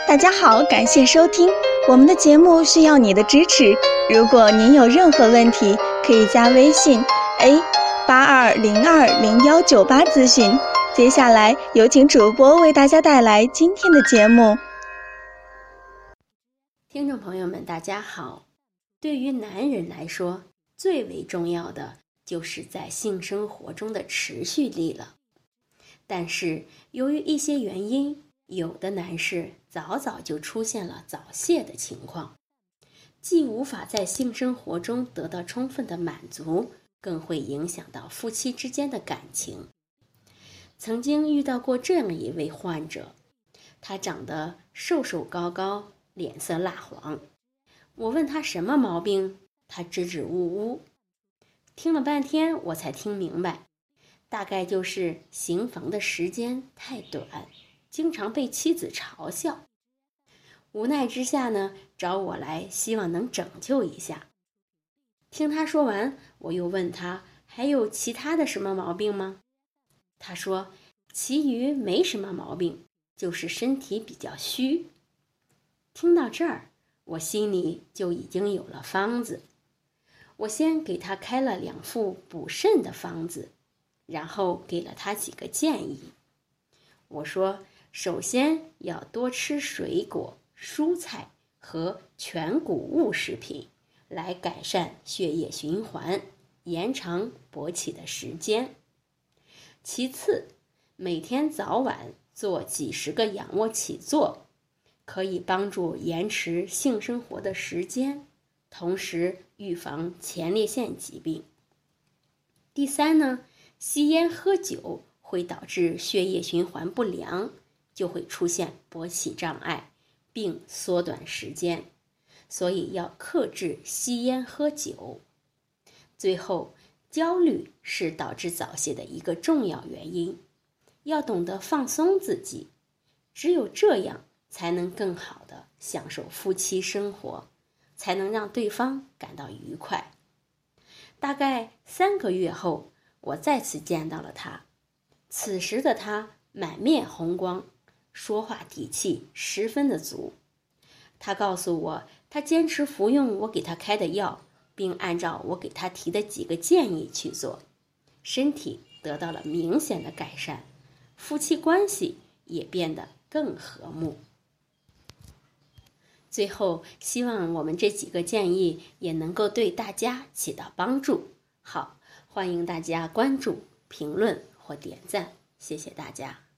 大家好，感谢收听我们的节目，需要你的支持。如果您有任何问题，可以加微信 A82020198咨询。接下来有请主播为大家带来今天的节目。 听众朋友们，大家好。对于男人来说，最为重要的就是在性生活中的持续力了。但是由于一些原因，有的男士早早就出现了早泄的情况，既无法在性生活中得到充分的满足，更会影响到夫妻之间的感情。曾经遇到过这样一位患者，他长得瘦瘦高高，脸色蜡黄。我问他什么毛病，他支支吾吾。听了半天，我才听明白，大概就是行房的时间太短，经常被妻子嘲笑。无奈之下呢，找我来希望能拯救一下。听他说完，我又问他还有其他的什么毛病吗？他说其余没什么毛病，就是身体比较虚。听到这儿，我心里就已经有了方子。我先给他开了2副补肾的方子，然后给了他几个建议。我说，首先要多吃水果、蔬菜和全谷物食品，来改善血液循环，延长勃起的时间。其次，每天早晚做几十个仰卧起坐，可以帮助延迟性生活的时间，同时预防前列腺疾病。第三呢，吸烟喝酒会导致血液循环不良，就会出现勃起障碍，并缩短时间，所以要克制吸烟喝酒。最后，焦虑是导致早泄的一个重要原因，要懂得放松自己，只有这样才能更好地享受夫妻生活，才能让对方感到愉快。大概3个月后，我再次见到了他，此时的他满面红光，说话底气十分的足。他告诉我，他坚持服用我给他开的药，并按照我给他提的几个建议去做，身体得到了明显的改善，夫妻关系也变得更和睦。最后，希望我们这几个建议也能够对大家起到帮助。好，欢迎大家关注、评论或点赞，谢谢大家。